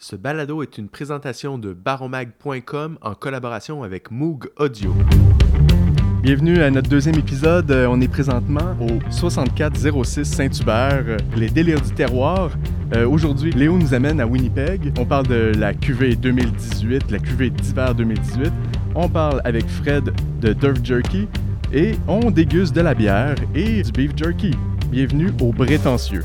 Ce balado est une présentation de baronmag.com en collaboration avec Moog Audio. Bienvenue à notre deuxième épisode. On est présentement au 6406 Saint-Hubert, les délires du terroir. Aujourd'hui, Léo nous amène à Winnipeg. On parle de la cuvée 2018, la cuvée d'hiver 2018. On parle avec Fred de Durf Jerky et on déguste de la bière et du beef jerky. Bienvenue au Prétentieux.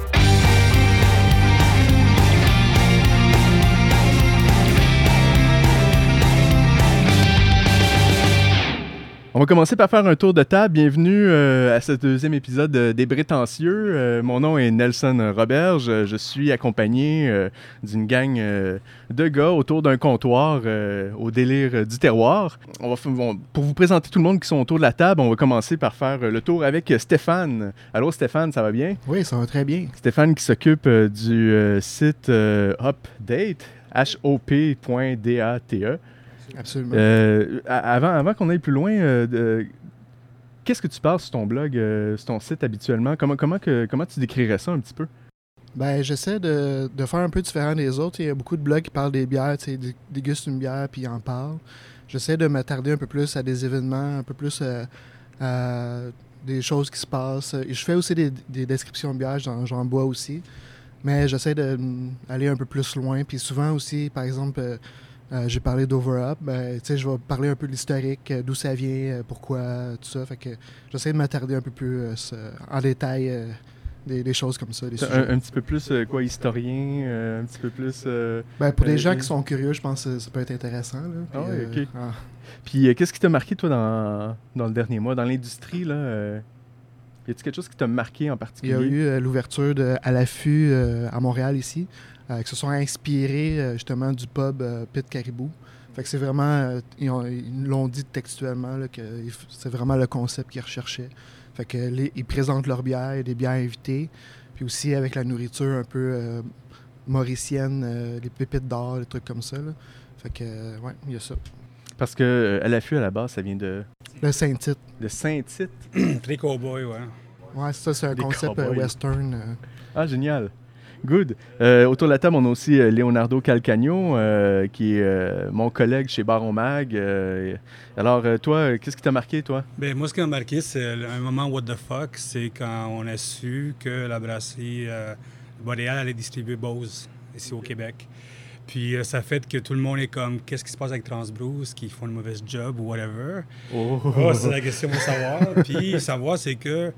On va commencer par faire un tour de table. Bienvenue à ce deuxième épisode des Prétentieux. Mon nom est Nelson Roberge. Je suis accompagné d'une gang de gars autour d'un comptoir au délire du terroir. Pour vous présenter tout le monde qui sont autour de la table, on va commencer par faire le tour avec Stéphane. Allô Stéphane, ça va bien? Oui, ça va très bien. Stéphane qui s'occupe du site Hopdate, hop.date. Absolument. Avant qu'on aille plus loin, qu'est-ce que tu parles sur ton blog, sur ton site habituellement? Comment tu décrirais ça un petit peu? Ben, j'essaie de faire un peu différent des autres. Il y a beaucoup de blogs qui parlent des bières, tu sais, dégustent une bière puis ils en parlent. J'essaie de m'attarder un peu plus à des événements, un peu plus à des choses qui se passent. Je fais aussi des descriptions de bières, j'en bois aussi. Mais j'essaie d'aller un peu plus loin. Puis souvent aussi, par exemple... j'ai parlé d'Over Up, je vais parler un peu de l'historique, d'où ça vient, pourquoi, tout ça. Fait que j'essaie de m'attarder un peu plus en détail des choses comme ça. Des un petit peu plus historien, un petit peu plus... pour des gens qui sont curieux, je pense que ça peut être intéressant. Là. Puis, OK. Puis qu'est-ce qui t'a marqué, toi, dans le dernier mois, dans l'industrie, là? Y a-t-il quelque chose qui t'a marqué en particulier? Il y a eu l'ouverture à l'affût à Montréal, ici. Qui se sont inspirés justement du pub Pit Caribou. Fait que c'est vraiment, ils l'ont dit textuellement, là, que c'est vraiment le concept qu'ils recherchaient. Fait que ils présentent leurs bières, des bières invitées, puis aussi avec la nourriture un peu mauricienne, les pépites d'or, des trucs comme ça. Là. Fait que, ouais, il y a ça. Parce que à l'affût, à la base, ça vient de... Le Saint-Tite. Le Saint-Tite? Les cowboys, ouais. Ouais, ça, c'est un concept western. Ah, génial. Good. Autour de la table, on a aussi Leonardo Calcagno, qui est mon collègue chez Baron Mag. Alors, toi, qu'est-ce qui t'a marqué, toi? Ben moi, ce qui m'a marqué, c'est un moment what the fuck, c'est quand on a su que la brasserie Boréal allait distribuer Bose ici au Québec. Puis ça fait que tout le monde est comme, qu'est-ce qui se passe avec Transbrew? Est-ce qu'ils font une mauvaise job ou whatever? C'est la question pour savoir. Puis savoir, c'est que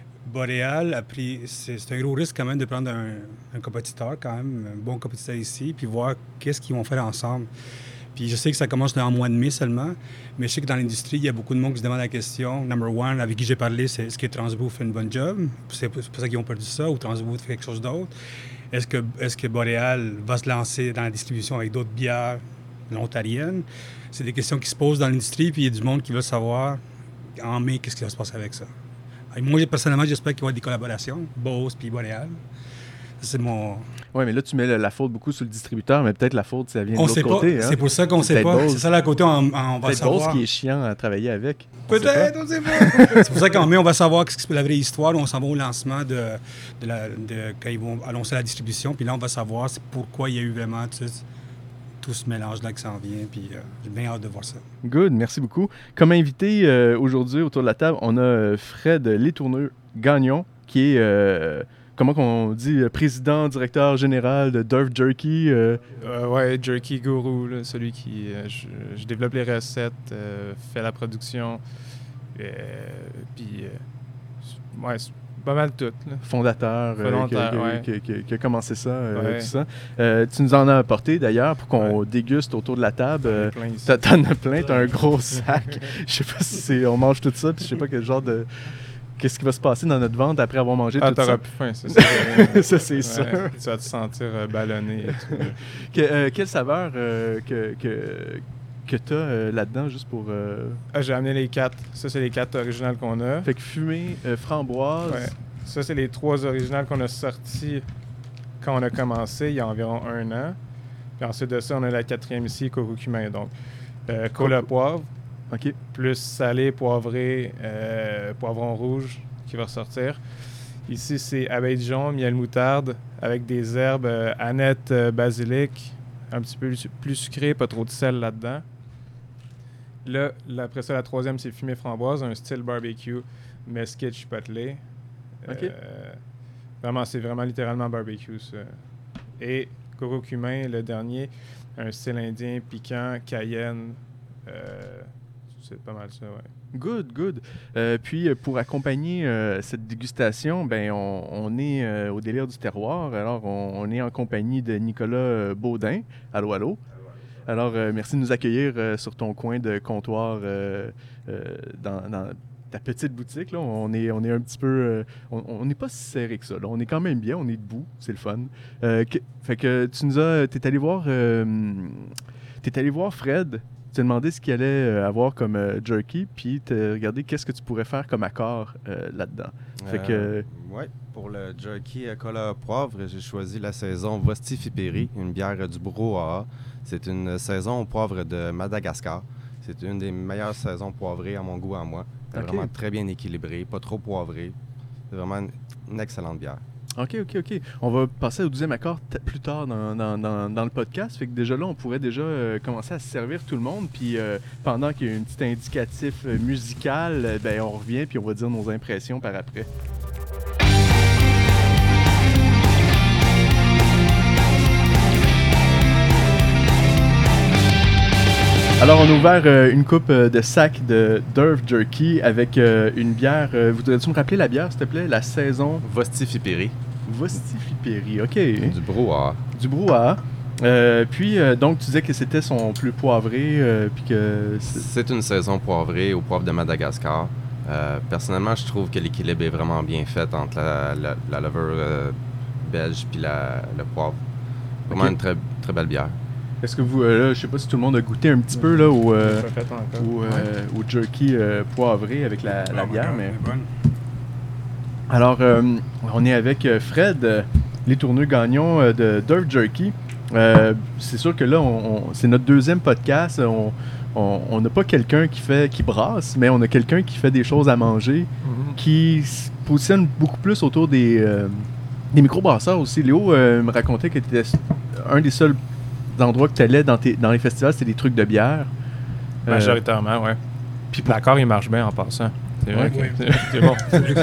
Boréal a pris... C'est un gros risque quand même de prendre un compétiteur, quand même, un bon compétiteur ici, puis voir qu'est-ce qu'ils vont faire ensemble. Puis je sais que ça commence en mois de mai seulement, mais je sais que dans l'industrie, il y a beaucoup de monde qui se demande la question. Number one, avec qui j'ai parlé, c'est est-ce que Transbrew fait une bonne job? C'est pour ça qu'ils ont perdu ça, ou Transbrew fait quelque chose d'autre? Est-ce que Boréal va se lancer dans la distribution avec d'autres bières ontariennes? C'est des questions qui se posent dans l'industrie, puis il y a du monde qui veut savoir en mai qu'est-ce qui va se passer avec ça. Et moi, personnellement, j'espère qu'il y aura des collaborations, Bose puis Boréal. C'est mon... Oui, mais là, tu mets la faute beaucoup sur le distributeur, mais peut-être la faute, ça vient de l'autre côté. C'est pour ça qu'on ne sait pas. Bose. C'est ça, là, à côté, on va peut-être savoir. Bose qui est chiant à travailler avec. Peut-être, on ne sait pas. C'est pour ça qu'en mai, on va savoir ce que la vraie histoire. On s'en va au lancement quand ils vont annoncer la distribution. Puis là, on va savoir pourquoi il y a eu vraiment tout ce mélange-là qui s'en vient. Puis j'ai bien hâte de voir ça. Good, merci beaucoup. Comme invité aujourd'hui autour de la table, on a Fred Letourneux-Gagnon, qui est... comment qu'on dit, président, directeur général de Durf Jerky. Ouais, Jerky Guru, là, celui qui... je développe les recettes, fais la production, puis... ouais, c'est pas mal tout. Là. Fondateur, qui a commencé ça, ouais. Tout ça. Tu nous en as apporté, d'ailleurs, pour qu'on déguste autour de la table. T'en as plein, t'as un gros sac. Je sais pas si on mange tout ça, puis je sais pas quel genre de... Qu'est-ce qui va se passer dans notre ventre après avoir mangé tout ça? T'auras plus faim, ça. Ça, c'est sûr. Tu vas te sentir ballonné et tout. Quelle saveur que tu as là-dedans, juste pour... J'ai amené les 4. Ça, c'est les 4 originales qu'on a. Fait que fumée, framboise... Ouais. Ça, c'est les 3 originales qu'on a sorties quand on a commencé, il y a environ 1 an. Puis ensuite de ça, on a la 4e ici, curcuma. Donc, cola poivre. OK. Plus salé, poivré, poivron rouge qui va ressortir. Ici, c'est abeille de jonc, miel moutarde, avec des herbes aneth, basilic, un petit peu plus sucré, pas trop de sel là-dedans. Là, après ça, la troisième, c'est fumée framboise, un style barbecue, mesquite chipotle. OK. Vraiment, c'est vraiment littéralement barbecue, ça. Et coco cumin, le dernier, un style indien, piquant, cayenne. C'est pas mal ça, ouais. Good. Puis, pour accompagner cette dégustation, ben, on est au délire du terroir. Alors, on est en compagnie de Nicolas Baudin. Allô, allô. Alors, merci de nous accueillir sur ton coin de comptoir dans ta petite boutique. Là. On est un petit peu... on n'est pas si serré que ça. Là. On est quand même bien, on est debout, c'est le fun. Fait que tu nous as... T'es allé voir Fred. Tu t'es demandé ce qu'il allait avoir comme jerky, puis tu as regardé qu'est-ce que tu pourrais faire comme accord là-dedans. Fait que... Oui, pour le jerky cola poivre, j'ai choisi la saison Vostifiperi, une bière du brouhaha. C'est une saison au poivre de Madagascar. C'est une des meilleures saisons poivrées à mon goût à moi. C'est vraiment très bien équilibré, pas trop poivré. C'est vraiment une excellente bière. OK. On va passer au 12e accord plus tard dans le podcast. Fait que déjà là, on pourrait déjà commencer à se servir tout le monde. Puis pendant qu'il y a un petit indicatif musical, ben on revient puis on va dire nos impressions par après. Alors, on a ouvert une coupe de sacs de Durf Jerky avec une bière. Voudrais-tu me rappeler la bière, s'il te plaît? La saison... Vostifiperi. Vostifiperi, OK. Du brouhaha. Du brouhaha. Puis, donc, tu disais que c'était son plus poivré, puis que... C'est une saison poivrée au poivre de Madagascar. Personnellement, je trouve que l'équilibre est vraiment bien fait entre la levure belge puis le poivre. Vraiment une très, très belle bière. Est-ce que vous, là, je sais pas si tout le monde a goûté un petit peu là, au jerky poivré avec la bière, mais... Alors, on est avec Fred, les tourneux gagnants de Durf Jerky. C'est sûr que là, c'est notre deuxième podcast. On n'a pas quelqu'un qui brasse, mais on a quelqu'un qui fait des choses à manger, qui se positionne beaucoup plus autour des microbrasseurs aussi. Léo me racontait que tu étais un des seuls endroits que tu allais dans les festivals, c'était des trucs de bière. Majoritairement, oui. Puis l'accord, il marche bien en passant. C'est vrai que c'est bon.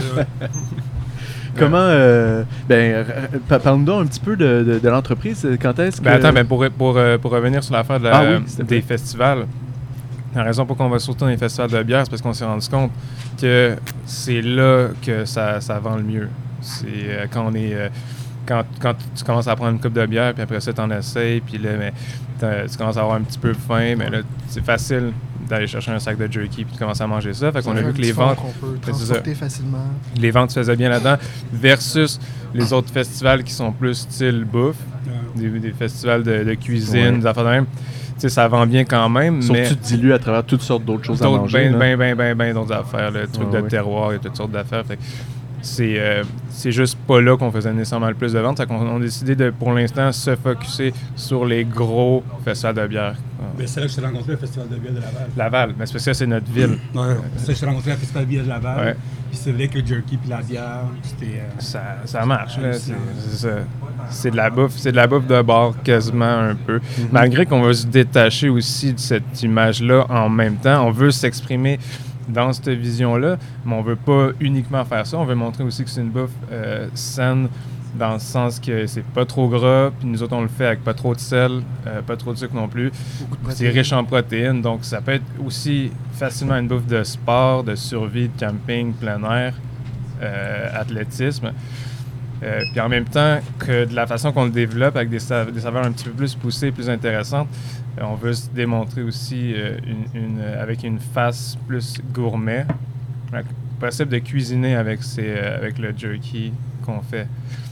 Comment... parle-nous donc un petit peu de l'entreprise. Quand est-ce que... Attends, pour revenir sur l'affaire des festivals, la raison pour qu'on va surtout dans les festivals de bière, c'est parce qu'on s'est rendu compte que c'est là que ça vend le mieux. C'est quand on est... Quand tu commences à prendre une coupe de bière, puis après ça, tu en essayes, puis là, tu commences à avoir un petit peu faim, mais là, c'est facile d'aller chercher un sac de jerky, puis de commencer à manger ça. Fait qu'on a vu que les ventes... qu'on peut transporter facilement. Les ventes se faisaient bien là-dedans, versus les autres festivals qui sont plus style bouffe, des festivals de cuisine, des affaires de même. Tu sais, ça vend bien quand même, sauf mais... que tu te dilues à travers toutes sortes d'autres choses à manger. Ben d'autres affaires, le truc de terroir et toutes sortes d'affaires. Fait que c'est juste pas là qu'on faisait nécessairement le plus de ventes. On a décidé de, pour l'instant, se focusser sur les gros festivals de bière. Mais c'est là que je t'ai rencontré le festival de bière de Laval. Laval, mais c'est parce que c'est notre ville. C'est là que je t'ai rencontré le festival de bière de Laval. Ouais. Puis c'est vrai que le jerky puis la bière, c'était... Ça marche, là. C'est de la bouffe. C'est de la bouffe de bar quasiment un peu. Malgré qu'on veut se détacher aussi de cette image-là en même temps, on veut s'exprimer dans cette vision-là, mais on veut pas uniquement faire ça. On veut montrer aussi que c'est une bouffe saine, dans le sens que c'est pas trop gras, puis nous autres, on le fait avec pas trop de sel, pas trop de sucre non plus. C'est riche en protéines, donc ça peut être aussi facilement une bouffe de sport, de survie, de camping, plein air, athlétisme. Puis en même temps que de la façon qu'on le développe, avec des saveurs un petit peu plus poussées, plus intéressantes, on veut se démontrer aussi avec une face plus gourmet. Possible de cuisiner avec le jerky qu'on fait.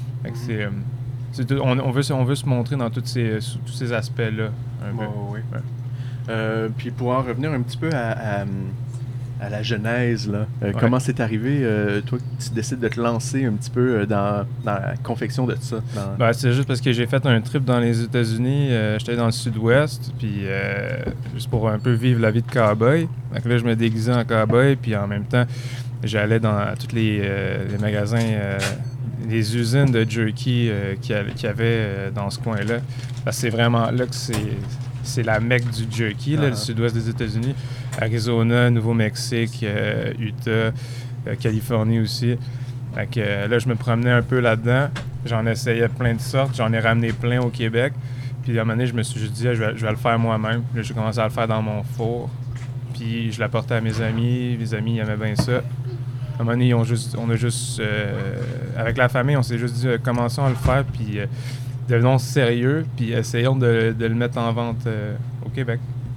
Fait que on veut se montrer dans tous ces aspects-là. Oui. Puis pour en revenir un petit peu à la genèse, là. Comment c'est arrivé, toi, que tu décides de te lancer un petit peu dans la confection de ça? C'est juste parce que j'ai fait un trip dans les États-Unis. J'étais dans le sud-ouest, puis juste pour un peu vivre la vie de cow-boy. Donc là, je me déguisais en cow-boy, puis en même temps, j'allais dans tous les magasins, les usines de jerky qu'il y avait dans ce coin-là. Parce que c'est vraiment là que c'est la mecque du jerky, là, le sud-ouest des États-Unis. Arizona, Nouveau-Mexique, Utah, Californie aussi. Fait que là, je me promenais un peu là-dedans. J'en essayais plein de sortes. J'en ai ramené plein au Québec. Puis à un moment donné, je me suis juste dit, je vais le faire moi-même. Là, j'ai commencé à le faire dans mon four. Puis je l'apportais à mes amis. Mes amis aimaient bien ça. À un moment donné, avec la famille, on s'est juste dit, commençons à le faire. Puis devenons sérieux. Puis essayons de le mettre en vente au Québec.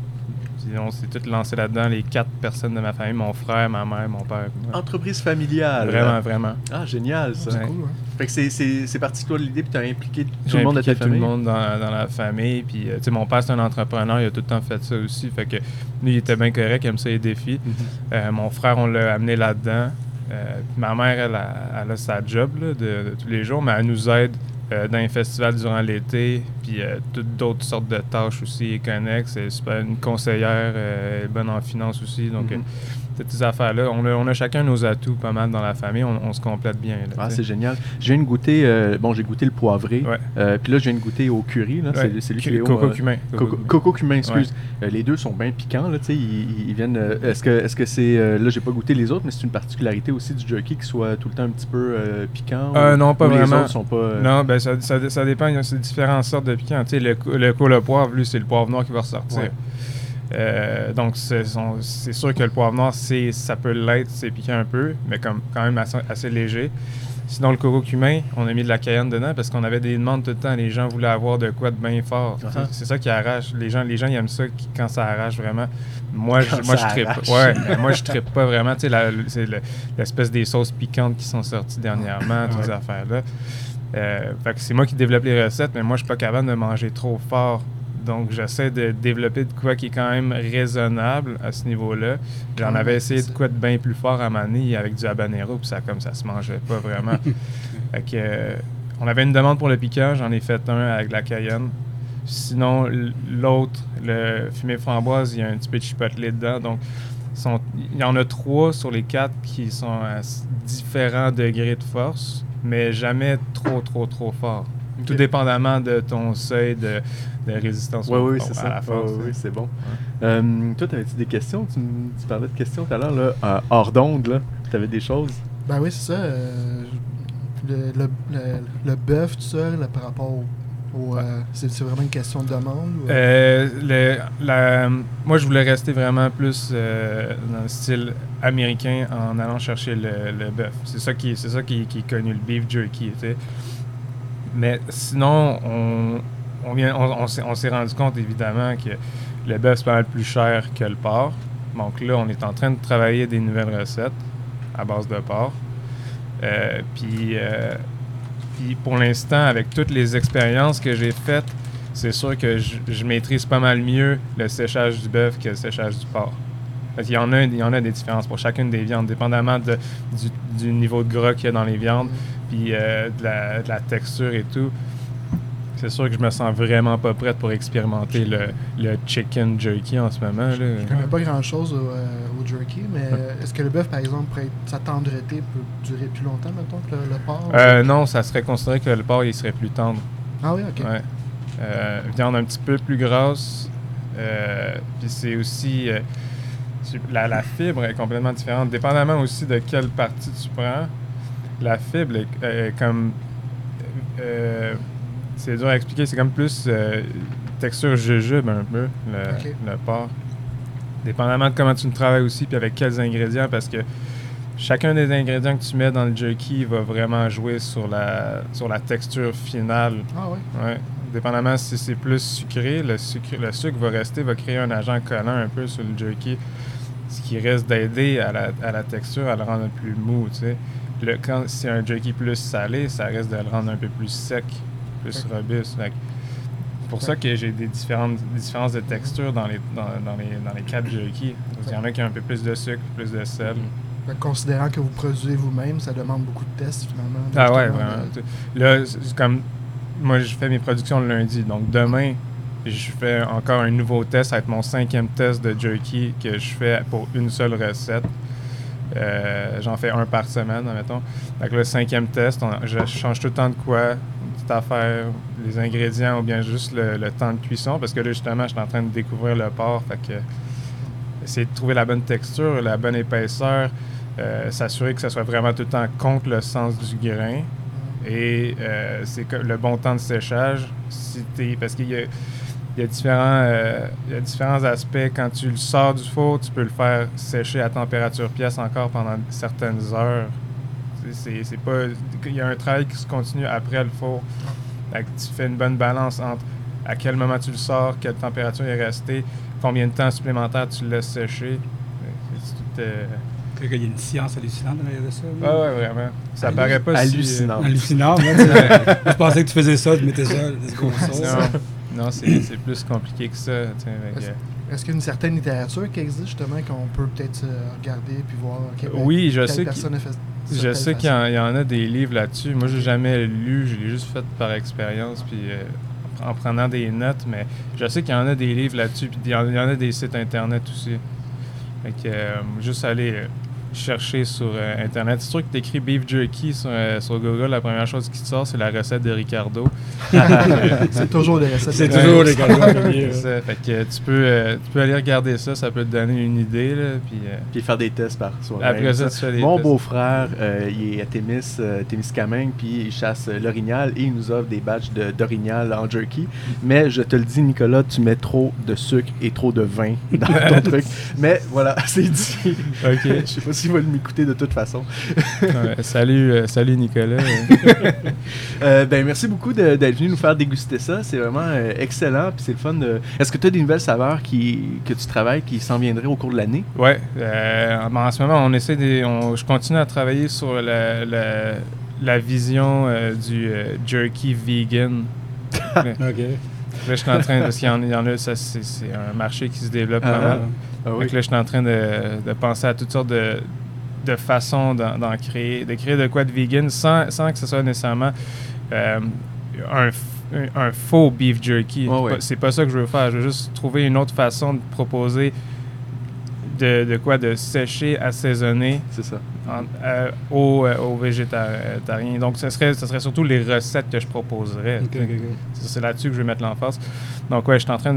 On s'est tous lancés là-dedans, les 4 personnes de ma famille, mon frère, ma mère, mon père. Ouais. Entreprise familiale. Vraiment, vraiment. Ah, génial, ça. C'est cool, ouais. Fait que c'est parti de toi l'idée, puis tu as impliqué tout le monde de ta famille. Tout le monde dans la famille. Puis, tu sais, mon père, c'est un entrepreneur, il a tout le temps fait ça aussi. Fait que lui, il était bien correct, il aime ça les défis. Mon frère, on l'a amené là-dedans. Ma mère, elle a sa job là, de tous les jours, mais elle nous aide dans les festivals durant l'été, puis toutes d'autres sortes de tâches aussi connexes. C'est super, une conseillère, bonne en finance aussi. Donc, toutes ces affaires-là, on a chacun nos atouts pas mal dans la famille. On se complète bien. Là, c'est génial. Je viens de goûter, j'ai goûté le poivré. Ouais. Puis là, je viens de goûter au curry. Là. Ouais. C'est lui qui est Coco cumin. Coco cumin, excuse. Ouais. Les deux sont bien piquants. Là, ils viennent. Est-ce que c'est. Là, j'ai pas goûté les autres, mais c'est une particularité aussi du jerky qui soit tout le temps un petit peu piquant? Non, pas vraiment. Les autres sont pas. Non, ben ça dépend. Il y a différentes sortes de piquants. Tu sais, le cola poivre, lui, c'est le poivre noir qui va ressortir. Ouais. Donc, c'est sûr que le poivre noir, ça peut l'être, c'est piquant un peu, mais quand même assez léger. Sinon, le coco cumin, on a mis de la cayenne dedans parce qu'on avait des demandes tout le temps. Les gens voulaient avoir de quoi de bien fort. C'est ça qui arrache. Les gens, ils aiment ça quand ça arrache vraiment. Moi, je trippe. Ouais, moi, je trippe pas vraiment. Tu sais, c'est l'espèce des sauces piquantes qui sont sorties dernièrement, toutes ces affaires-là. Fait que c'est moi qui développe les recettes, mais moi, je suis pas capable de manger trop fort. Donc, j'essaie de développer de quoi qui est quand même raisonnable à ce niveau-là. J'en avais essayé de quoi de bien plus fort à Manille avec du habanero, puis ça se mangeait pas vraiment. Fait que, on avait une demande pour le piquant, j'en ai fait un avec de la cayenne. Sinon, l'autre, le fumé framboise, il y a un petit peu de chipotle dedans. Donc, il y en a 3 sur les 4 qui sont à différents degrés de force, mais jamais trop fort. Okay. Tout dépendamment de ton seuil de résistance c'est à la force. Oui, c'est bon. Ouais. Toi, t'avais-tu des questions? Tu parlais de questions tout à l'heure, là, hors d'onde, là. T'avais des choses? Ben oui, c'est ça. Le bœuf, tout ça, là, par rapport au c'est vraiment une question de demande? Ou... moi, je voulais rester vraiment plus dans le style américain en allant chercher le bœuf. C'est ça qui est connu, le beef jerky, tu sais. Mais sinon, on s'est rendu compte, évidemment, que le bœuf, c'est pas mal plus cher que le porc. Donc là, on est en train de travailler des nouvelles recettes à base de porc. Puis pour l'instant, avec toutes les expériences que j'ai faites, c'est sûr que je maîtrise pas mal mieux le séchage du bœuf que le séchage du porc. Parce qu'il y en a des différences pour chacune des viandes, dépendamment du niveau de gras qu'il y a dans les viandes, puis de la texture et tout. C'est sûr que je me sens vraiment pas prête pour expérimenter le chicken jerky en ce moment. Là. Je connais pas grand-chose au jerky, mais est-ce que le bœuf, par exemple, sa tendreté peut durer plus longtemps, mettons, que le porc? Non, ça serait considéré que le porc, il serait plus tendre. Ah oui, OK. Ouais. Viande un petit peu plus grasse. Puis c'est aussi... la fibre est complètement différente. Dépendamment aussi de quelle partie tu prends, la fibre est comme... c'est dur à expliquer. C'est comme plus texture jujube un peu, le porc. Dépendamment de comment tu le travailles aussi, puis avec quels ingrédients, parce que chacun des ingrédients que tu mets dans le jerky va vraiment jouer sur la texture finale. Ah oui? Ouais. Dépendamment si c'est plus sucré, le sucre va créer un agent collant un peu sur le jerky, ce qui risque d'aider à la texture, à le rendre plus mou, tu sais. Quand c'est un jerky plus salé, ça risque de le rendre un peu plus sec, plus robuste. C'est pour ça que j'ai des différences de texture dans les 4 jerky. Il y en a qui ont un peu plus de sucre, plus de sel. Considérant que vous produisez vous-même, ça demande beaucoup de tests, finalement. Ah ouais, vraiment. Là, c'est comme... Moi, je fais mes productions le lundi. Donc, demain, je fais encore un nouveau test. Ça va être mon 5e test de jerky que je fais pour une seule recette. J'en fais un par semaine, admettons. Donc le 5e test, je change tout le temps de quoi, une petite affaire, les ingrédients ou bien juste le temps de cuisson, parce que là, justement, je suis en train de découvrir le porc. Fait que essayer de trouver la bonne texture, la bonne épaisseur, s'assurer que ça soit vraiment tout le temps contre le sens du grain. Et c'est le bon temps de séchage. Parce qu'il y a différents aspects. Quand tu le sors du four, tu peux le faire sécher à température pièce encore pendant certaines heures. C'est pas, il y a un travail qui se continue après le four. Tu fais une bonne balance entre à quel moment tu le sors, quelle température est restée, combien de temps supplémentaire tu le laisses sécher. C'est tout... Il y a une science hallucinante derrière de ça. Ah ouais, vraiment. Ça paraît pas hallucinant. Hallucinant. Je pensais que tu faisais ça, tu mettais ça, Non, c'est plus compliqué que ça. Est-ce qu'il y a une certaine littérature qui existe justement qu'on peut peut-être regarder puis voir oui, je sais je sais qu'il y en a des livres là-dessus. Moi, j'ai jamais lu, je l'ai juste fait par expérience puis en prenant des notes, mais je sais qu'il y en a des livres là-dessus puis il y en a des sites internet aussi. Fait que juste aller chercher sur Internet. C'est sûr que tu écris beef jerky sur Google, la première chose qui te sort, c'est la recette de Ricardo. C'est toujours des recettes. C'est toujours des Ricardo. Fait que tu peux aller regarder ça, ça peut te donner une idée. Là, puis faire des tests par soi-même. Après ça, tu fais des Mon tests. beau-frère, il est à Témiscamingue, puis il chasse l'orignal et il nous offre des batchs d'orignal en jerky. Mais je te le dis, Nicolas, tu mets trop de sucre et trop de vin dans ton truc. Mais voilà, c'est dit. OK. Je sais pas s'il va m'écouter de toute façon. Salut Nicolas. Merci beaucoup d'être venu nous faire déguster ça. C'est vraiment excellent. Puis c'est le fun de... Est-ce que tu as des nouvelles saveurs que tu travailles qui s'en viendraient au cours de l'année? Oui. En ce moment, je continue à travailler sur la vision du jerky vegan. OK. Là, je suis en train, parce qu'il y en a, c'est un marché qui se développe pas mal. Oui. Donc là, je suis en train de penser à toutes sortes de façons d'en créer, de créer de quoi de vegan sans que ce soit nécessairement un faux beef jerky. C'est pas ça que je veux faire. Je veux juste trouver une autre façon de proposer de sécher, assaisonner. C'est ça. Aux végétariens. Donc, ce serait surtout les recettes que je proposerais. Okay. C'est là-dessus que je vais mettre l'emphase. Donc, ouais, je suis en train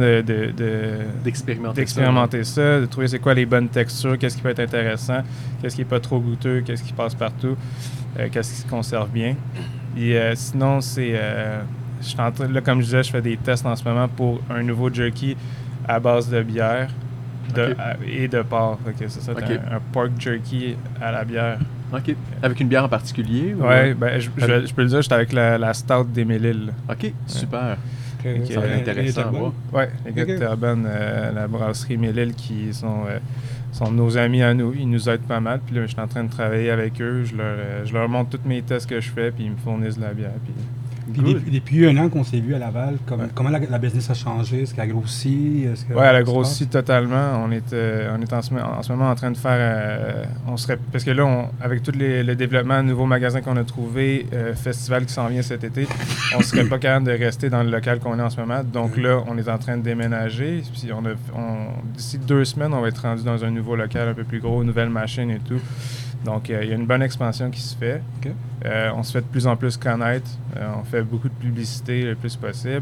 d'expérimenter ça, de trouver c'est quoi les bonnes textures, qu'est-ce qui peut être intéressant, qu'est-ce qui n'est pas trop goûteux, qu'est-ce qui passe partout, qu'est-ce qui se conserve bien. Et sinon, je suis en train, là, comme je disais, je fais des tests en ce moment pour un nouveau jerky à base de bière. Et de porc. C'est ça, un pork jerky à la bière. OK. Avec une bière en particulier? Oui, je peux le dire, j'étais avec la Stout des Mille-Îles. OK, super. Ça va être intéressant à voir. Oui, les gars de Terrebonne, la brasserie Mille-Îles qui sont nos amis à nous. Ils nous aident pas mal. Puis là, je suis en train de travailler avec eux. Je leur montre tous mes tests que je fais, puis ils me fournissent de la bière. Puis depuis un an qu'on s'est vu à Laval, comment la business a changé? Est-ce qu'elle a grossi? Oui, elle a grossi totalement. On est en ce moment en train de faire... parce que là, avec tout le développement, nouveaux magasins qu'on a trouvé, festival qui s'en vient cet été, on serait pas capable de rester dans le local qu'on est en ce moment. Donc là, on est en train de déménager. Puis d'ici 2 semaines, on va être rendu dans un nouveau local un peu plus gros, nouvelle machine et tout. Donc, il y a une bonne expansion qui se fait. Okay. On se fait de plus en plus connaître. On fait beaucoup de publicité le plus possible.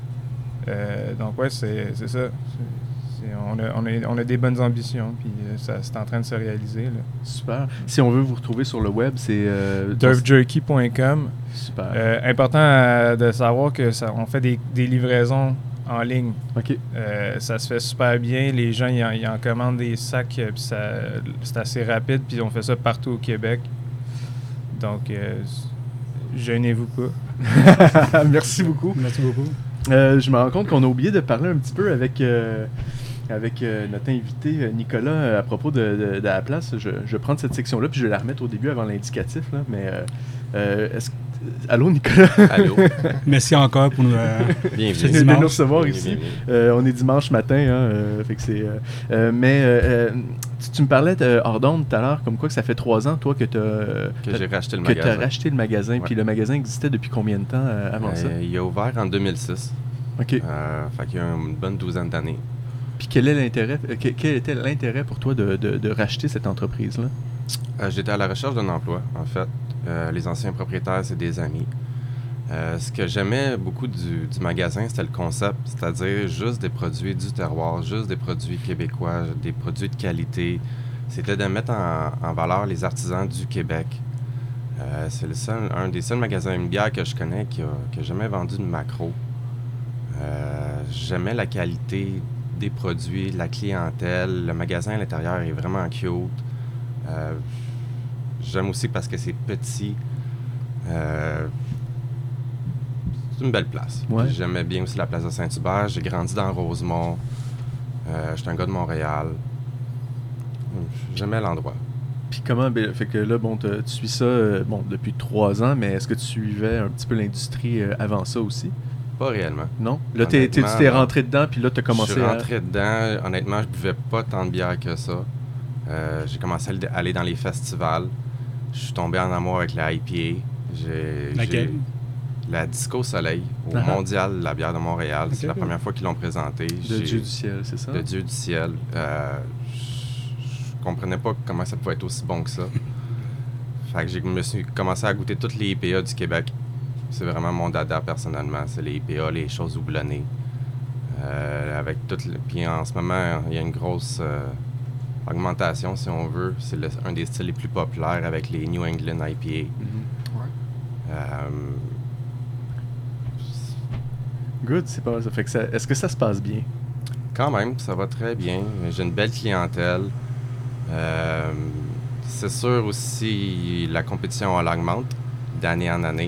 Donc, ouais, c'est ça. On a des bonnes ambitions, puis c'est en train de se réaliser. Là. Super. Si on veut vous retrouver sur le web, c'est... DurfJerky.com. Super. Important de savoir on fait des livraisons en ligne. OK. Ça se fait super bien. Les gens, ils en commandent des sacs, puis c'est assez rapide, puis on fait ça partout au Québec. Donc, gênez-vous pas. Merci beaucoup. Merci beaucoup. Je me rends compte qu'on a oublié de parler un petit peu avec notre invité Nicolas à propos de la place. Je vais prendre cette section-là, puis je vais la remettre au début avant l'indicatif. Là, mais allô, Nicolas? Allô? Merci encore pour nous de nous recevoir ici. On est dimanche matin, fait que c'est. Tu me parlais hors d'onde tout à l'heure, comme quoi que ça fait 3 ans, toi, que j'ai racheté le magasin. magasin. Que tu as racheté le magasin. Ouais. Puis le magasin existait depuis combien de temps avant ça? Il a ouvert en 2006. OK. Fait qu'il y a une bonne 12aine d'années. Puis quel était l'intérêt pour toi de racheter cette entreprise-là? J'étais à la recherche d'un emploi, en fait. Les anciens propriétaires, c'est des amis. Ce que j'aimais beaucoup du magasin, c'était le concept, c'est-à-dire juste des produits du terroir, juste des produits québécois, des produits de qualité. C'était de mettre en valeur les artisans du Québec. C'est un des seuls magasins de bière que je connais qui a jamais vendu de macro. J'aimais la qualité des produits, la clientèle. Le magasin à l'intérieur est vraiment cute. J'aime aussi parce que c'est petit. C'est une belle place. Ouais. J'aimais bien aussi la place de Saint-Hubert. J'ai grandi dans Rosemont. J'étais un gars de Montréal. J'aimais l'endroit. Puis comment, fait que là, bon, tu suis ça depuis 3 ans, mais est-ce que tu suivais un petit peu l'industrie avant ça aussi? Pas réellement. Non? Là, tu Honnêtement, t'es rentré dedans, puis là, tu as commencé Je suis rentré dedans. Honnêtement, je buvais pas tant de bière que ça. J'ai commencé à aller dans les festivals. Je suis tombé en amour avec la IPA. Laquelle? La Disco Soleil, au Mondial de la bière de Montréal. C'est la première fois qu'ils l'ont présentée. De Dieu du ciel, c'est ça? De Dieu du ciel. Je comprenais pas comment ça pouvait être aussi bon que ça. Fait que je me suis commencé à goûter toutes les IPA du Québec. C'est vraiment mon dada personnellement. C'est les IPA, les choses houblonnées. Puis en ce moment, il y a une grosse augmentation, si on veut. C'est un des styles les plus populaires avec les New England IPA. Good, c'est pas ça. Fait que est-ce que ça se passe bien? Quand même, ça va très bien. J'ai une belle clientèle. C'est sûr aussi, la compétition, elle augmente d'année en année.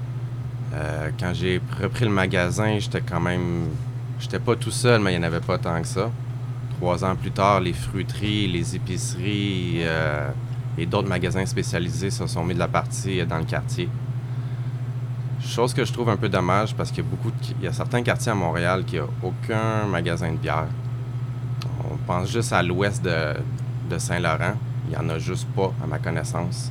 Quand j'ai repris le magasin, j'étais pas tout seul, mais il n'y en avait pas tant que ça. 3 ans plus tard, les fruiteries, les épiceries et d'autres magasins spécialisés se sont mis de la partie dans le quartier. Chose que je trouve un peu dommage parce qu'il y a certains quartiers à Montréal qui n'ont aucun magasin de bière. On pense juste à l'ouest de Saint-Laurent. Il n'y en a juste pas, à ma connaissance.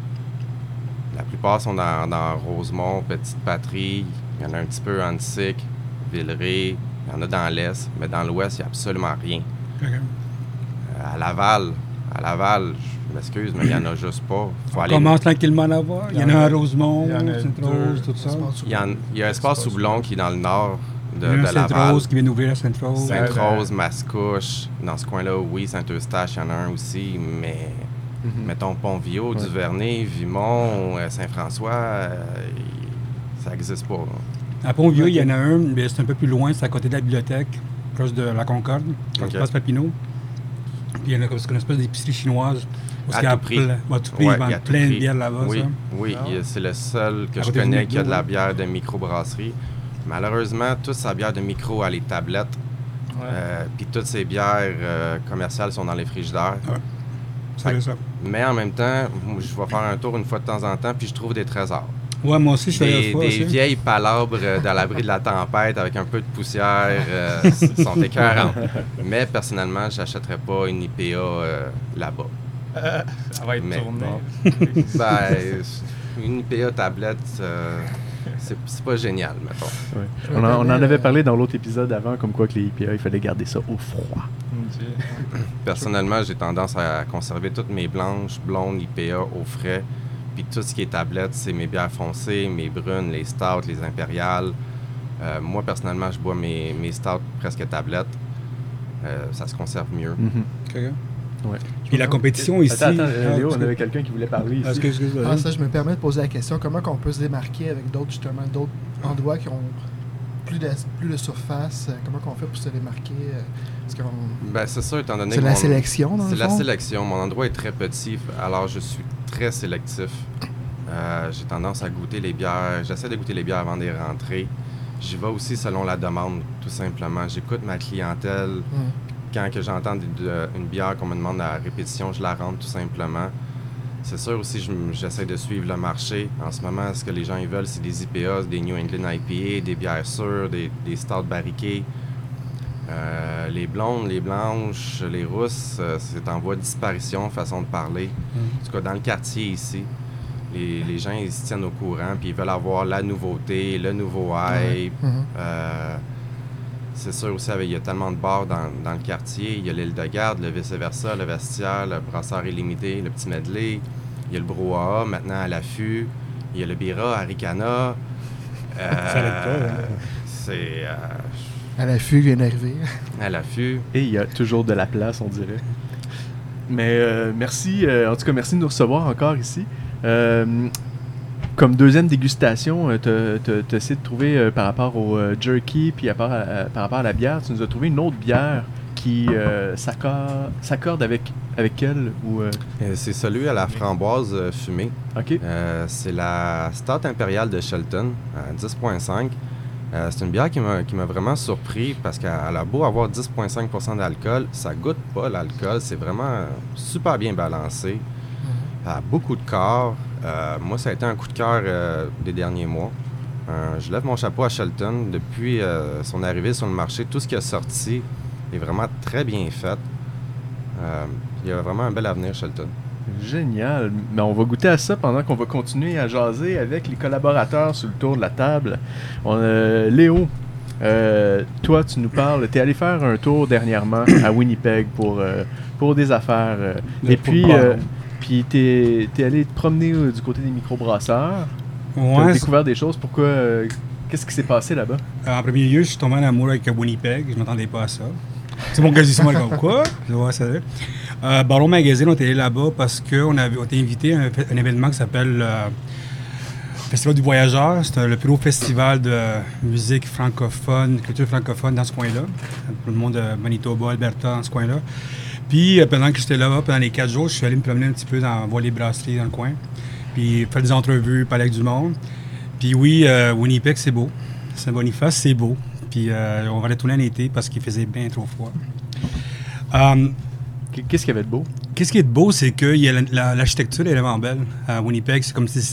La plupart sont dans Rosemont, Petite-Patrie. Il y en a un petit peu à Antique, Villeray. Il y en a dans l'est, mais dans l'ouest, il n'y a absolument rien. Okay. À Laval, je m'excuse, mais il n'y en a juste pas. On commence tranquillement à l'avoir. Il y en a un Rosemont, Sainte-Rose, tout ça. Il y a un espace Houblon qui est dans le nord de Laval. Sainte-Rose qui vient d'ouvrir à Sainte-Rose. Sainte-Rose, Mascouche. Dans ce coin-là, oui, Saint-Eustache, il y en a un aussi, mais mettons Pont-Viau, Duvernay, Vimont, Saint-François, ça n'existe pas. À Pont-Vieux, il y en a un, mais c'est un peu plus loin, c'est à côté de la bibliothèque, proche de la Concorde, place Papineau. Puis il y en a une espèce d'épicerie chinoise. À tout prix. Ils vendent plein de bières là-bas. Oui, ça. oui, c'est le seul que je connais qui a de la bière de microbrasserie. Malheureusement, toute sa bière de micro a les tablettes. Puis toutes ces bières commerciales sont dans les frigidaires. C'est ça. Mais en même temps, je vais faire un tour une fois de temps en temps, puis je trouve des trésors. Ouais, moi aussi, je fais Des vieilles palabres dans l'abri de la tempête avec un peu de poussière sont écœurantes. Mais personnellement, je n'achèterais pas une IPA là-bas. Ça va être tourné. Une IPA tablette, c'est pas génial, mettons. Ouais. On en avait parlé dans l'autre épisode avant, comme quoi que les IPA, il fallait garder ça au froid. Personnellement, j'ai tendance à conserver toutes mes blanches, blondes, IPA au frais. Puis tout ce qui est tablette, c'est mes bières foncées, mes brunes, les stouts, les impériales. Moi, personnellement, je bois mes stouts presque tablettes. Ça se conserve mieux. Ouais. Puis la compétition ici... Attends, Léo, on avait quelqu'un qui voulait parler ici. Ça, je me permets de poser la question. Comment on peut se démarquer avec d'autres endroits qui ont plus de surface? Comment on fait pour se démarquer? C'est ça, étant donné que la sélection, dans le fond? C'est la sélection. Mon endroit est très petit, alors je suis très sélectif. J'ai tendance à goûter les bières. J'essaie de goûter les bières avant de les rentrer. J'y vais aussi selon la demande, tout simplement. J'écoute ma clientèle. Quand que j'entends une bière qu'on me demande à répétition, je la rentre tout simplement. C'est sûr aussi, j'essaie de suivre le marché. En ce moment, ce que les gens ils veulent, c'est des IPA, des New England IPA, des bières sûres, des stouts barriqués. Les blondes, les blanches, les rousses, c'est en voie de disparition, façon de parler. En tout cas, dans le quartier ici, les gens ils se tiennent au courant puis ils veulent avoir la nouveauté, le nouveau hype. c'est sûr aussi, il y a tellement de bars dans le quartier. Il y a l'île de garde, le vice-versa, le vestiaire, le brasseur illimité, le petit medley. Il y a le brouhaha, maintenant à l'affût. Il y a le bira, à Ricana. Ça l'aide pas, hein? C'est... À l'affût vient d'arriver. à l'affût. Et il y a toujours de la place, on dirait. Mais merci, en tout cas, merci de nous recevoir encore ici. Comme deuxième dégustation, tu as essayé de trouver par rapport au jerky, puis par rapport à la bière, tu nous as trouvé une autre bière qui s'accorde avec elle ou C'est celui à la framboise fumée. OK. C'est la Stout impériale de Shelton, à 10,5. C'est une bière qui m'a vraiment surpris parce qu'elle a beau avoir 10,5% d'alcool, ça goûte pas l'alcool. C'est vraiment super bien balancé. Elle a beaucoup de corps. Moi, ça a été un coup de cœur des derniers mois. Je lève mon chapeau à Shelton. Depuis son arrivée sur le marché, tout ce qui a sorti est vraiment très bien fait. Il y a vraiment un bel avenir, Shelton. Génial. Mais on va goûter à ça pendant qu'on va continuer à jaser avec les collaborateurs sur le tour de la table. Léo, toi, tu nous parles. Tu es allé faire un tour dernièrement à Winnipeg pour des affaires. Et puis tu es allé te promener du côté des microbrasseurs. Tu as découvert des choses. Pourquoi? Qu'est-ce qui s'est passé là-bas? En premier lieu, je suis tombé en amour avec Winnipeg. Je ne m'attendais pas à ça. C'est mon quasiment comme quoi? Je vois ça. Baron Magazine, on est allé là-bas parce qu'on a été invité à un événement qui s'appelle le Festival du Voyageur. C'est le plus gros festival de musique francophone, culture francophone dans ce coin-là. Pour le monde de Manitoba, Alberta, dans ce coin-là. Puis pendant que j'étais là-bas, pendant les 4 jours, je suis allé me promener un petit peu voir les brasseries dans le coin. Puis faire des entrevues, parler avec du monde. Puis oui, Winnipeg, c'est beau. Saint-Boniface, c'est beau. Puis on va retourner en été parce qu'il faisait bien trop froid. Qu'est-ce qu'il y avait de beau? Qu'est-ce qui est de beau, c'est que l'architecture est vraiment belle. À Winnipeg,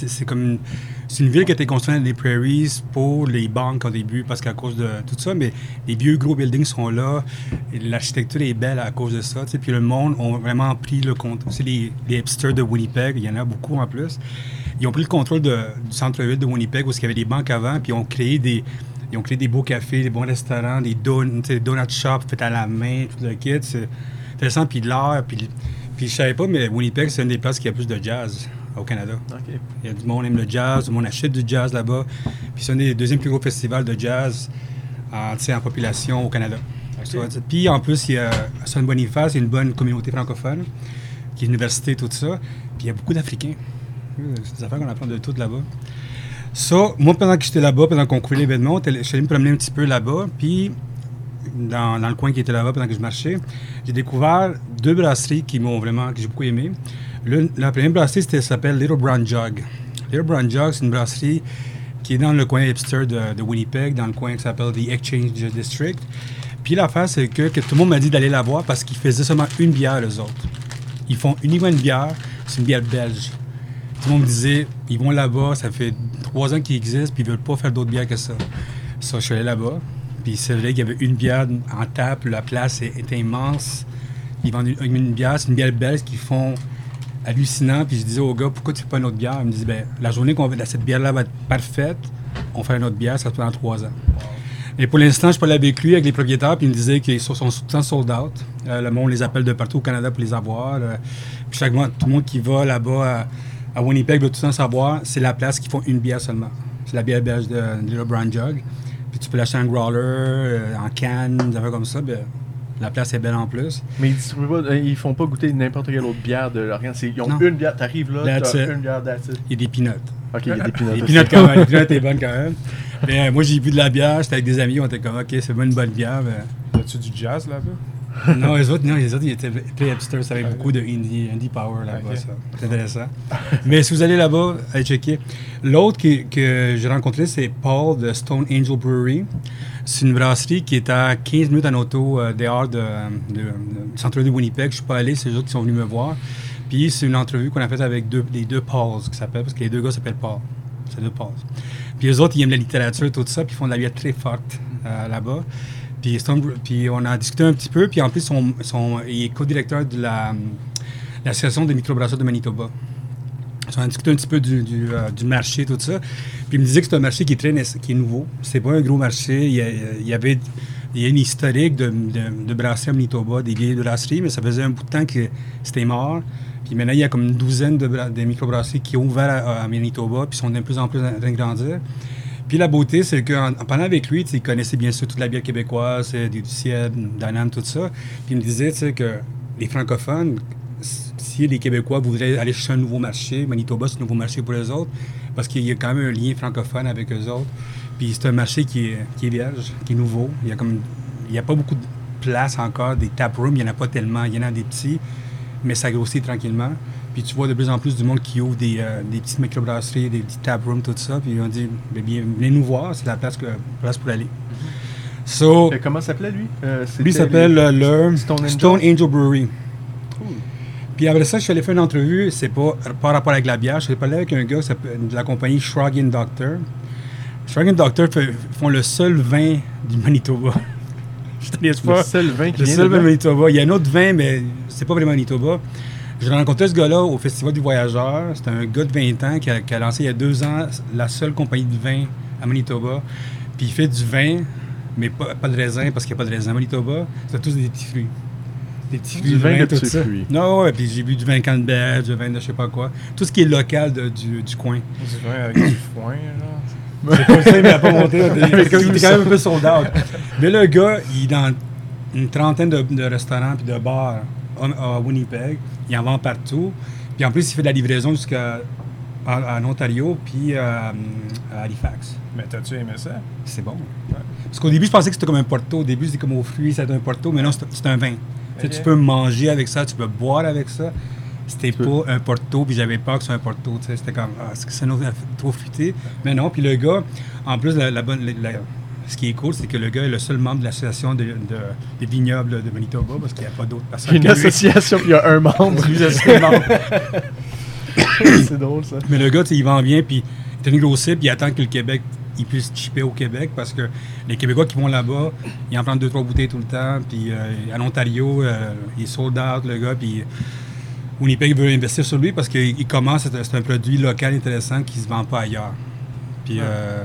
c'est une ville qui a été construite dans les prairies pour les banques au début, parce qu'à cause de tout ça, mais les vieux gros buildings sont là. Et l'architecture est belle à cause de ça. Puis le monde a vraiment pris le contrôle. C'est les hipsters de Winnipeg, il y en a beaucoup en plus. Ils ont pris le contrôle du centre-ville de Winnipeg, où il y avait des banques avant, puis ils ont créé des beaux cafés, des bons restaurants, des donut shops faits à la main, tout le kit. C'est intéressant, puis de l'art. Puis je savais pas, mais Winnipeg, c'est une des places qui a plus de jazz au Canada. Okay. Il y a du monde qui aime le jazz, du monde achète du jazz là-bas. Puis c'est un des deuxièmes plus gros festivals de jazz en population au Canada. Okay. Puis en plus, il y a Saint-Boniface, il y a une bonne communauté francophone, qui est université, tout ça. Puis il y a beaucoup d'Africains. C'est des affaires qu'on apprend de tout là-bas. Moi, pendant que j'étais là-bas, pendant qu'on couvrait l'événement, je suis allé me promener un petit peu là-bas. Puis dans le coin qui était là-bas pendant que je marchais, j'ai découvert 2 brasseries que j'ai beaucoup aimé. La première brasserie, s'appelle Little Brown Jug. Little Brown Jug, c'est une brasserie qui est dans le coin hipster de Winnipeg, dans le coin qui s'appelle The Exchange District. Puis l'affaire, c'est que tout le monde m'a dit d'aller la voir parce qu'ils faisaient seulement une bière, eux autres. Ils font uniquement une bière, c'est une bière belge. Tout le monde me disait, ils vont là-bas, ça fait 3 ans qu'ils existent, puis ils veulent pas faire d'autres bières que ça. Je suis allé là-bas. Puis c'est vrai qu'il y avait une bière en table, la place est immense. Ils vendent une bière, c'est une bière belge qu'ils font hallucinant. Puis je disais au gars, pourquoi tu fais pas une autre bière? Il me disait, la journée cette bière-là va être parfaite, on fait une autre bière, ça se fait dans 3 ans. Et pour l'instant, je parlais avec lui, avec les propriétaires, puis il me disait qu'ils sont tout le temps sold out. Le monde les appelle de partout au Canada pour les avoir. Puis chaque mois, tout le monde qui va là-bas à Winnipeg veut tout le temps savoir, c'est la place qui font une bière seulement. C'est la bière belge de Little Brown Jug. Puis tu peux l'acheter en growler, en canne, des affaires comme ça. Bien, la place est belle en plus. Mais ils font pas goûter n'importe quelle autre bière de Lorient. Ils ont une bière, t'arrives là, t'as une bière that's it. Il y a des peanuts. OK, il y a des peanuts. Les peanuts quand même. Les peanuts est bonne quand même. Mais moi, j'ai bu de la bière, j'étais avec des amis, on était comme, OK, c'est une bonne bière. Mais... As-tu du jazz là-bas? Non, les autres, ils étaient très hipsters, ça avait beaucoup de indie power là-bas, ça. C'est intéressant. Mais si vous allez là-bas, allez checker. L'autre que j'ai rencontré, c'est Paul de Stone Angel Brewery. C'est une brasserie qui est à 15 minutes en auto dehors du centre de Winnipeg. Je suis pas allé, c'est eux autres qui sont venus me voir. Puis c'est une entrevue qu'on a faite avec les deux Pauls, qui s'appellent, parce que les 2 gars s'appellent Paul. C'est 2 Pauls. Puis les autres, ils aiment la littérature, tout ça, puis ils font de la bière très forte là-bas. Puis on a discuté un petit peu, puis en plus, il est co-directeur de l'association des microbrasseurs de Manitoba. On a discuté un petit peu du marché, tout ça. Puis il me disait que c'est un marché qui est nouveau. C'est pas un gros marché. Il y avait il y a une historique de brasserie à Manitoba, des vieilles brasseries, mais ça faisait un bout de temps que c'était mort. Puis maintenant, il y a comme une douzaine de microbrasseries qui ont ouvert à Manitoba, puis sont de plus en plus en train de grandir. Puis la beauté, c'est qu'en parlant avec lui, il connaissait bien sûr toute la bière québécoise, du Ciel, Danam, tout ça. Puis il me disait que les francophones, si les Québécois voudraient aller chercher un nouveau marché, Manitoba, c'est un nouveau marché pour eux autres, parce qu'il y a quand même un lien francophone avec eux autres. Puis c'est un marché qui est vierge, qui est nouveau. Il y a pas beaucoup de place encore, des taprooms, il n'y en a pas tellement. Il y en a des petits, mais ça grossit tranquillement. Puis tu vois de plus en plus du monde qui ouvre des petites microbrasseries, des petits taprooms, tout ça. Puis on dit, venez nous voir, c'est la place pour aller. So, comment s'appelait lui? Lui s'appelle le Stone Angel Brewery. Cool. Puis après ça, je suis allé faire une entrevue, c'est pas par rapport avec la bière, je suis allé parler avec un gars de la compagnie Shrug and Doctor. Shrug and Doctor font le seul vin du Manitoba. Je te laisse pas. Le seul vin qui vient de Manitoba. Il y a un autre vin, mais c'est pas vraiment Manitoba. J'ai rencontré ce gars-là au Festival du Voyageur. C'était un gars de 20 ans qui a lancé il y a 2 ans la seule compagnie de vin à Manitoba. Puis il fait du vin, mais pas de raisin, parce qu'il n'y a pas de raisin à Manitoba. C'est tous des petits fruits. Des petits fruits, du vin de tout petits ça. fruits. Non, ouais, puis j'ai bu du vin Canberra, du vin de je sais pas quoi. Tout ce qui est local du coin. Du vin avec du foin, là. C'est pas ça, mais il n'a pas monté. Il était quand même un peu sold out. Mais le gars, il est dans une trentaine de restaurants puis de bars à Winnipeg. Il en vend partout. Puis en plus, il fait de la livraison jusqu'à en Ontario puis à Halifax. Mais t'as-tu aimé ça? C'est bon. Ouais. Parce qu'au début, je pensais que c'était comme un porto. Au début, c'était comme aux fruits, c'était un porto. Mais non, c'est un vin. Okay. Tu peux manger avec ça, tu peux boire avec ça. C'était pas un porto, puis j'avais peur que ce soit un porto. C'était comme, c'est trop fruité. Mais non, puis le gars, en plus, ce qui est cool, c'est que le gars est le seul membre de l'association des vignobles de Manitoba, parce qu'il n'y a pas d'autres personnes. Une association, puis il y a un membre. C'est drôle, ça. Mais le gars, il vend bien, puis il est une grosse cible, puis il attend que le Québec il puisse chipper au Québec, parce que les Québécois qui vont là-bas, ils en prennent 2-3 bouteilles tout le temps, puis à l'Ontario, il est sold out, le gars, puis Winnipeg veut investir sur lui parce qu'il commence, c'est un produit local intéressant qui ne se vend pas ailleurs. Puis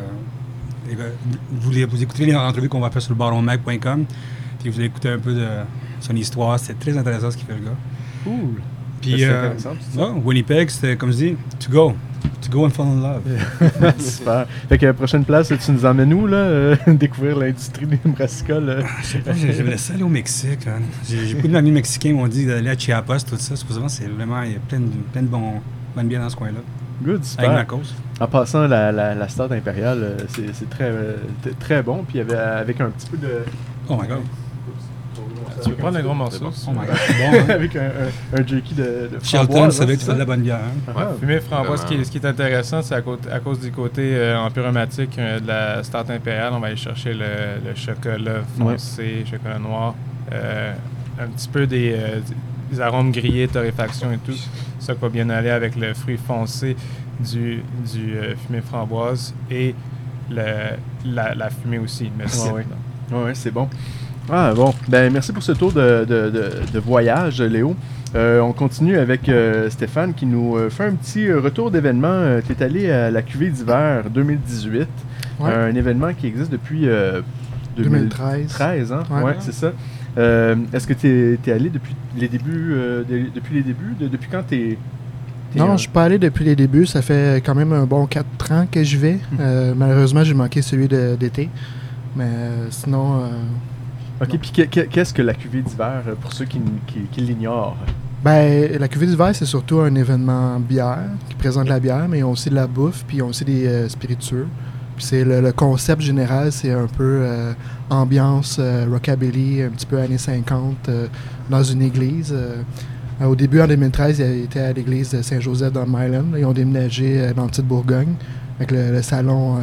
vous écoutez les entrevues qu'on va faire sur le baronmag.com, puis vous allez écouter un peu de son histoire. C'est très intéressant ce qu'il fait, le gars. Cool. Puis Winnipeg, c'était comme je dis, to go and fall in love. Super. Fait que la prochaine place, tu nous emmènes où, là? Découvrir l'industrie des brassicole? Je sais pas, j'aimerais ça aller au Mexique. Hein. J'ai beaucoup d'amis mexicains qui m'ont dit d'aller à Chiapas, tout ça. Supposément, c'est vraiment, il y a plein de bonnes bières dans ce coin-là. Good, super. Avec ma cause. En passant, la Stout impériale, c'est très, très bon. Puis avec un petit peu de... Oh my God. Tu veux prendre un gros morceau? Oh my God, c'est bon. Hein? Avec un jerky de Shelton, ça veut dire que tu fais de la bonne bière. Hein? Ouais, fumée framboise, ce qui est intéressant, c'est à cause du côté empyromatique de la Stout impériale. On va aller chercher le chocolat foncé, chocolat noir, un petit peu des arômes grillés, torréfaction et tout. Ça va bien aller avec le fruit foncé du fumée framboise et la fumée aussi. Merci. Oui, c'est bon. Ah bon, ben merci pour ce tour de voyage, Léo. On continue avec Stéphane qui nous fait un petit retour d'événement. Tu es allé à la cuvée d'hiver 2018, un événement qui existe depuis 2013. Hein? Ouais, c'est ça. Est-ce que tu es allé depuis les débuts? Depuis quand tu es... Non, je ne suis pas allé depuis les débuts. Ça fait quand même un bon 4 ans que je vais. Malheureusement, j'ai manqué celui d'été. Mais sinon... OK, puis qu'est-ce que la cuvée d'hiver, pour ceux qui l'ignorent? Ben, la cuvée d'hiver, c'est surtout un événement bière, qui présente la bière, mais ils ont aussi de la bouffe, puis ils ont aussi des spiritueux. Puis c'est le concept général, c'est un peu ambiance rockabilly, un petit peu années 50, dans une église. Au début, en 2013, ils étaient à l'église de Saint-Joseph dans Myland. Ils ont déménagé dans Petite-Bourgogne, avec le salon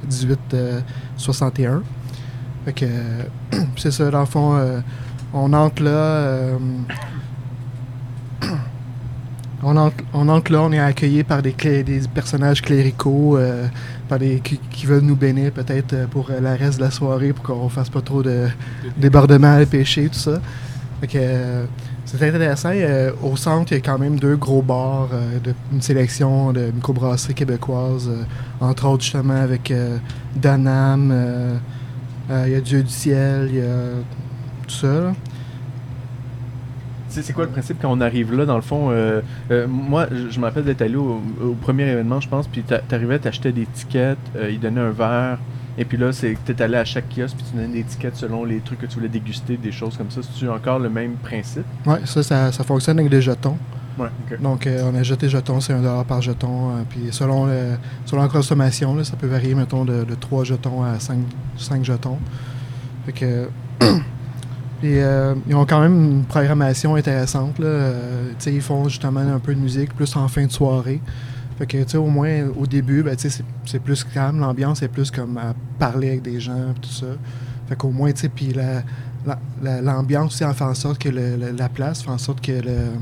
1861. Fait que, c'est ça, dans le fond, on entre là, on est accueilli par des personnages cléricaux, qui veulent nous bénir peut-être pour le reste de la soirée, pour qu'on fasse pas trop de débordements et péchés, tout ça. Fait que, c'est intéressant. Au centre, il y a quand même 2 gros bars, une sélection de microbrasseries québécoises, entre autres justement avec Danam, Il y a Dieu du ciel, il y a tout ça. Là. Tu sais, c'est quoi le principe quand on arrive là, dans le fond? Moi, je me rappelle d'être allé au premier événement, je pense, puis t'arrivais, t'achetais des tickets, ils donnaient un verre, et puis là, c'est que t'es allé à chaque kiosque, puis tu donnais des tickets selon les trucs que tu voulais déguster, des choses comme ça. C'est-tu encore le même principe? Oui, ça fonctionne avec des jetons. Ouais, OK. Donc, on achète des jetons, c'est $1 par jeton. Puis selon la consommation, là, ça peut varier, mettons, de 3 jetons à 5 jetons. Fait que... Puis, ils ont quand même une programmation intéressante. Là. Ils font justement un peu de musique, plus en fin de soirée. Fait que, au moins, au début, ben, c'est plus calme. L'ambiance est plus comme à parler avec des gens, tout ça. Fait qu'au moins, puis l'ambiance aussi en fait en sorte que la place fait en sorte que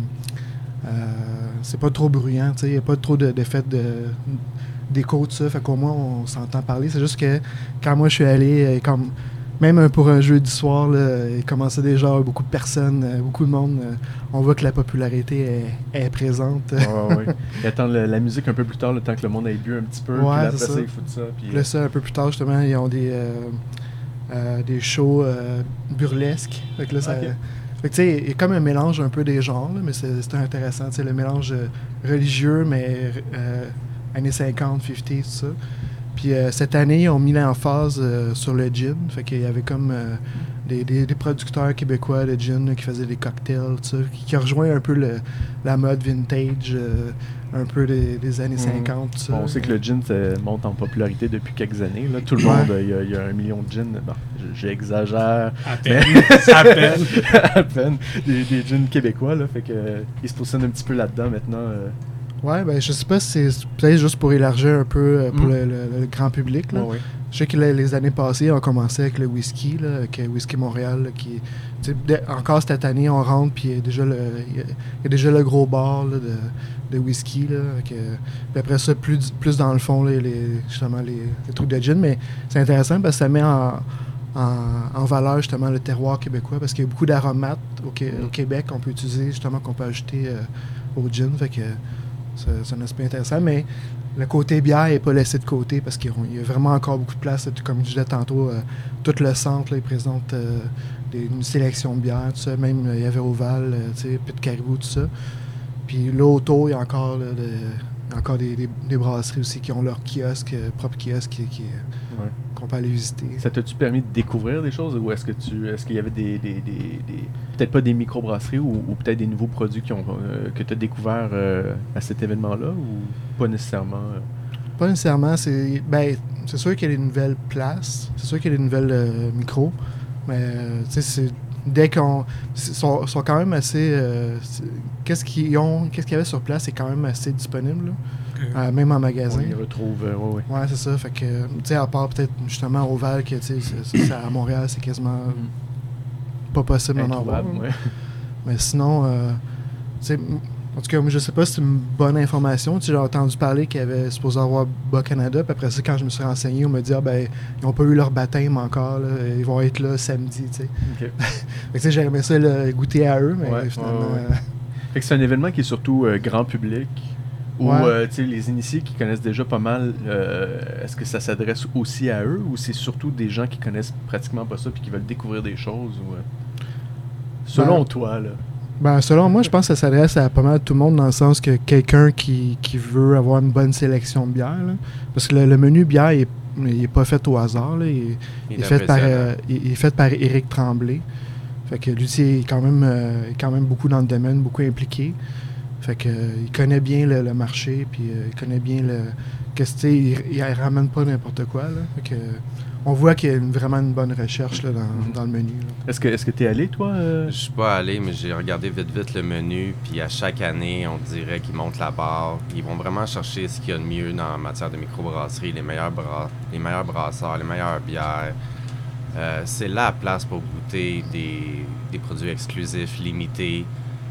c'est pas trop bruyant. Il n'y a pas trop d'effet d'écho, tout ça. Fait qu'au moins, on s'entend parler. C'est juste que quand moi, je suis allé, même pour un jeudi soir, là, il commençait déjà à avoir beaucoup de personnes, beaucoup de monde. On voit que la popularité est présente. Ouais. Ils attendent la musique un peu plus tard, le temps que le monde ait bu un petit peu. Ouais, puis là, après c'est ça, ils foutent ça. Puis là, ça, un peu plus tard, justement, ils ont des shows burlesques. Fait que là, ça... Ok. Fait que, tu sais, il y a comme un mélange un peu des genres, là, mais c'est intéressant. Tu sais, le mélange religieux, mais années 50, 50, tout ça. Puis cette année, ils ont mis l'emphase sur le gin. Fait qu'il y avait comme des producteurs québécois de gin là, qui faisaient des cocktails, tout ça, qui rejoint un peu la mode vintage, un peu des années 50, tout ça. Bon, on sait que le gin monte en popularité depuis quelques années. Là. Tout le monde, il y a 1 million de gins. Bon, j'exagère. À peine. À peine. À peine. Des gins québécois. Là, fait que, ils se positionnent un petit peu là-dedans maintenant. Ouais, ben je sais pas si c'est peut-être juste pour élargir un peu pour le grand public. Là. Ouais. Je sais que les années passées, on commençait avec le whisky, là, avec Whisky Montréal, là, qui encore cette année, on rentre, puis il y a déjà le gros bar là, de whisky. Là, puis après ça, plus dans le fond, là, justement, les trucs de gin. Mais c'est intéressant parce que ça met en valeur justement le terroir québécois, parce qu'il y a beaucoup d'aromates au Québec qu'on peut utiliser, justement, qu'on peut ajouter au gin. Fait que c'est un aspect intéressant, mais le côté bière n'est pas laissé de côté parce qu'il y a vraiment encore beaucoup de place. Comme je disais tantôt, tout le centre, là, il présente une sélection de bières, tout ça. Même il y avait Oval, puis de Caribou, tout ça. Puis là, autour, il y a encore, des brasseries aussi qui ont leur kiosque, propre kiosque qu'on peut aller visiter. Ça t'a-tu permis de découvrir des choses ou est-ce qu'il y avait des peut-être pas des microbrasseries ou peut-être des nouveaux produits que tu as découverts à cet événement-là ou pas nécessairement? Pas nécessairement. C'est sûr qu'il y a des nouvelles places, c'est sûr qu'il y a des nouvelles micros, mais dès qu'on... sont quand même assez... qu'est-ce qu'il y avait sur place est quand même assez disponible, là. Même en magasin. On y retrouve, oui. Ouais, c'est ça. Fait que, tu sais, à part peut-être justement Oval, que, tu sais, à Montréal, c'est quasiment pas possible d'en avoir. Ouais. Mais sinon, tu sais, en tout cas, moi, je sais pas si c'est une bonne information. Tu sais, j'ai entendu parler qu'il y avait supposé avoir Bas-Canada, puis après ça, quand je me suis renseigné, on m'a dit, ils n'ont pas eu leur baptême encore, là. Ils vont être là samedi, tu sais. OK. Fait que, tu sais, j'ai aimé ça, goûter à eux, mais finalement... Ouais. Fait que c'est un événement qui est surtout grand public, ou tu sais, les initiés qui connaissent déjà pas mal, est-ce que ça s'adresse aussi à eux, ou c'est surtout des gens qui connaissent pratiquement pas ça puis qui veulent découvrir des choses, ou selon toi, là? Selon moi, je pense que ça s'adresse à pas mal tout le monde dans le sens que quelqu'un qui veut avoir une bonne sélection de bière, là. Parce que le menu bière, il est pas fait au hasard, là. Il est fait par Éric Tremblay. Fait que lui, il est quand même beaucoup dans le domaine, beaucoup impliqué. Fait que il connaît bien le marché, puis il connaît bien il ramène pas n'importe quoi, là. Fait que on voit qu'il y a vraiment une bonne recherche là, dans le menu, là. Est-ce que t'es allé, toi? Je suis pas allé, mais j'ai regardé vite le menu, puis à chaque année, on dirait qu'ils montent la barre. Ils vont vraiment chercher ce qu'il y a de mieux en matière de microbrasserie, les meilleurs brasseurs, les meilleures bières. C'est la place pour goûter des produits exclusifs, limités.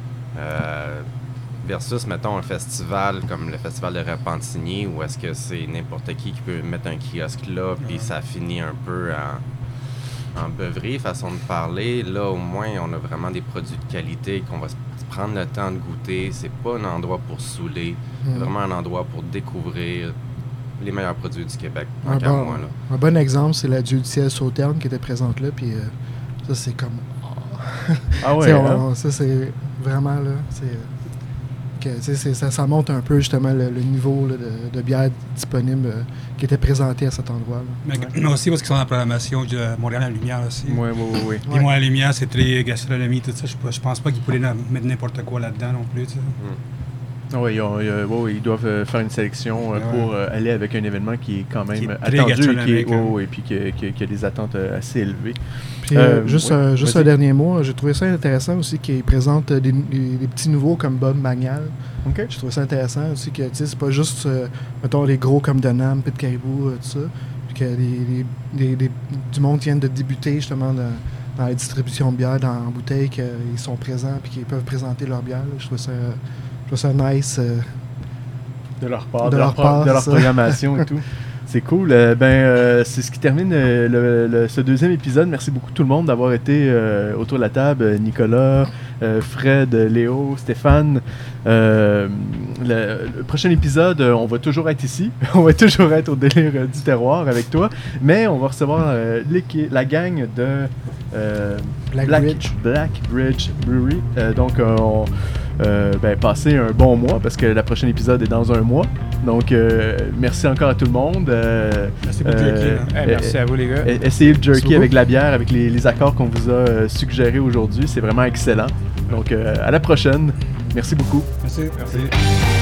Versus, mettons, un festival comme le festival de Repentigny, où est-ce que c'est n'importe qui peut mettre un kiosque là, puis ça finit un peu en beuverie, façon de parler. Là, au moins, on a vraiment des produits de qualité qu'on va se prendre le temps de goûter. C'est pas un endroit pour saouler, c'est vraiment un endroit pour découvrir les meilleurs produits du Québec. Un bon exemple, c'est la Dieu du ciel Sauternes qui était présente là. Puis ça, c'est comme... Ah ouais, ça, c'est vraiment là... ça montre un peu justement le niveau là, de bière disponible qui était présenté à cet endroit-là. Mais aussi parce qu'ils sont dans la programmation de Montréal à la Lumière aussi. Oui. Puis Montréal à la Lumière, c'est très gastronomie, tout ça. Je pense pas qu'ils pourraient mettre n'importe quoi là-dedans non plus. Oui, ils doivent faire une sélection pour aller avec un événement qui est quand même très attendu gastronomique, et puis qui a des attentes assez élevées. Puis juste un dernier mot, j'ai trouvé ça intéressant aussi qu'ils présentent des petits nouveaux comme Bob Magnal. Okay. J'ai trouvé ça intéressant aussi que c'est pas juste mettons les gros comme Denham, Pit Caribou, tout ça. Puis que du monde qui vient de débuter justement dans la distribution de bière en bouteille, qu'ils sont présents et qu'ils peuvent présenter leur bière. Là. Je trouve ça nice. De leur part, de leur programmation et tout. C'est cool. C'est ce qui termine ce deuxième épisode. Merci beaucoup tout le monde d'avoir été autour de la table. Nicolas, Fred, Léo, Stéphane. Le prochain épisode, on va toujours être ici. On va toujours être au délire du terroir avec toi. Mais on va recevoir la gang de Black Bridge Brewery. Donc, passez un bon mois parce que le prochain épisode est dans un mois. Donc, merci encore à tout le monde. Merci pour le jerky. Merci à vous, les gars. Essayez le jerky avec la bière, avec les accords qu'on vous a suggérés aujourd'hui. C'est vraiment excellent. Donc, à la prochaine. Merci beaucoup. Merci.